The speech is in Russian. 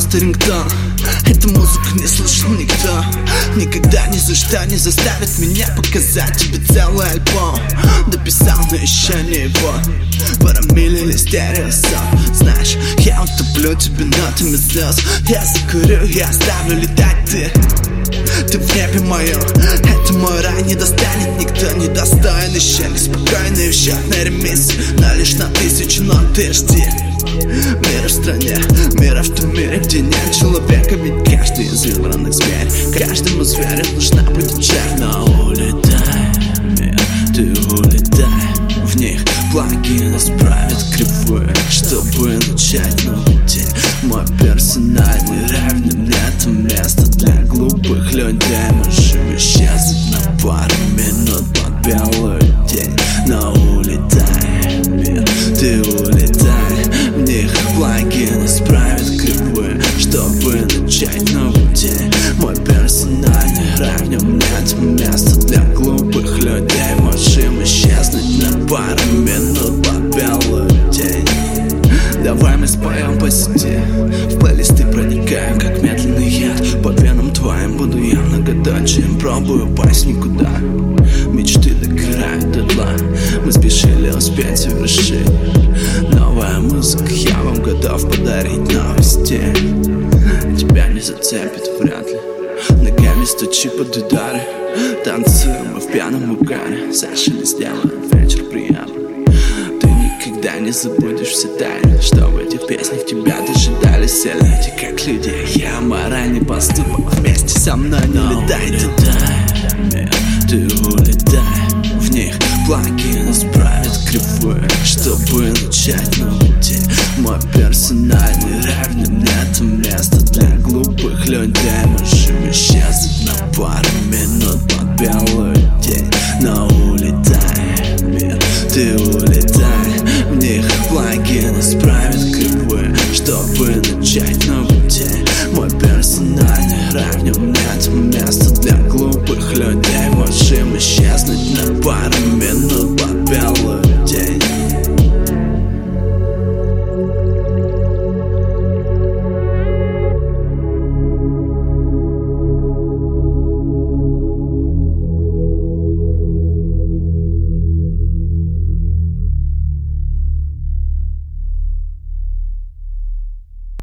просто рингтон. Эту музыку не слышал никто. Никогда ни за что не заставит меня показать тебе целый альбом. Дописал, но еще не его. Парамиль или стереосон. Знаешь, я утоплю тебе нотами слез. Я закурю, я оставлю летать ты в небе моем. Это мой рай, не достанет никто. Недостоин, еще неспокойный в счет на ремиссию, но лишь на 1000 нот ты жди. Мир в стране, мира в том мире, где нет человека. Ведь каждый из избранных зверь, каждому зверю нужна будет черь. Но улетай, мир, ты улетай. В них плагин исправит кривую, чтобы начать новый день. Мой персональный рай, в нем нету места для глупых людей. Можем исчезнуть на пару минут под белый день. Но улетай, мир, ты улетай. В них плагин исправит кривую, чтобы начать новый день. Мой персональный рай, в нем нет места для глупых людей. Можем исчезнуть на пару минут под белый день. Давай мы споем по сети, в плейлисты проникаем, как медленный яд. По венам твоим буду я многоточием, пробую пасть никуда. Мечты догорают дотла, мы спешили успеть совершить. Новая музыка, я вам готов подарить новости. Тебя не зацепит вряд ли, ногами стучи под удары. Танцуем мы в пьяном угаре, зашили сделаем вечер приятный. Никогда не забудешь все тайны, что в этих песнях тебя дожидались. Все люди как люди, я моральный поступок. Вместе со мной не летай, мир, ты улетай. В них плагин исправит кривую, чтобы начать новый день. Мой персональный рай, в нем нету места для глупых людей. Можем исчезнуть на пару минут под белый день. Но улетай, мир, ты улетай. В них плагин исправит кривую, чтобы начать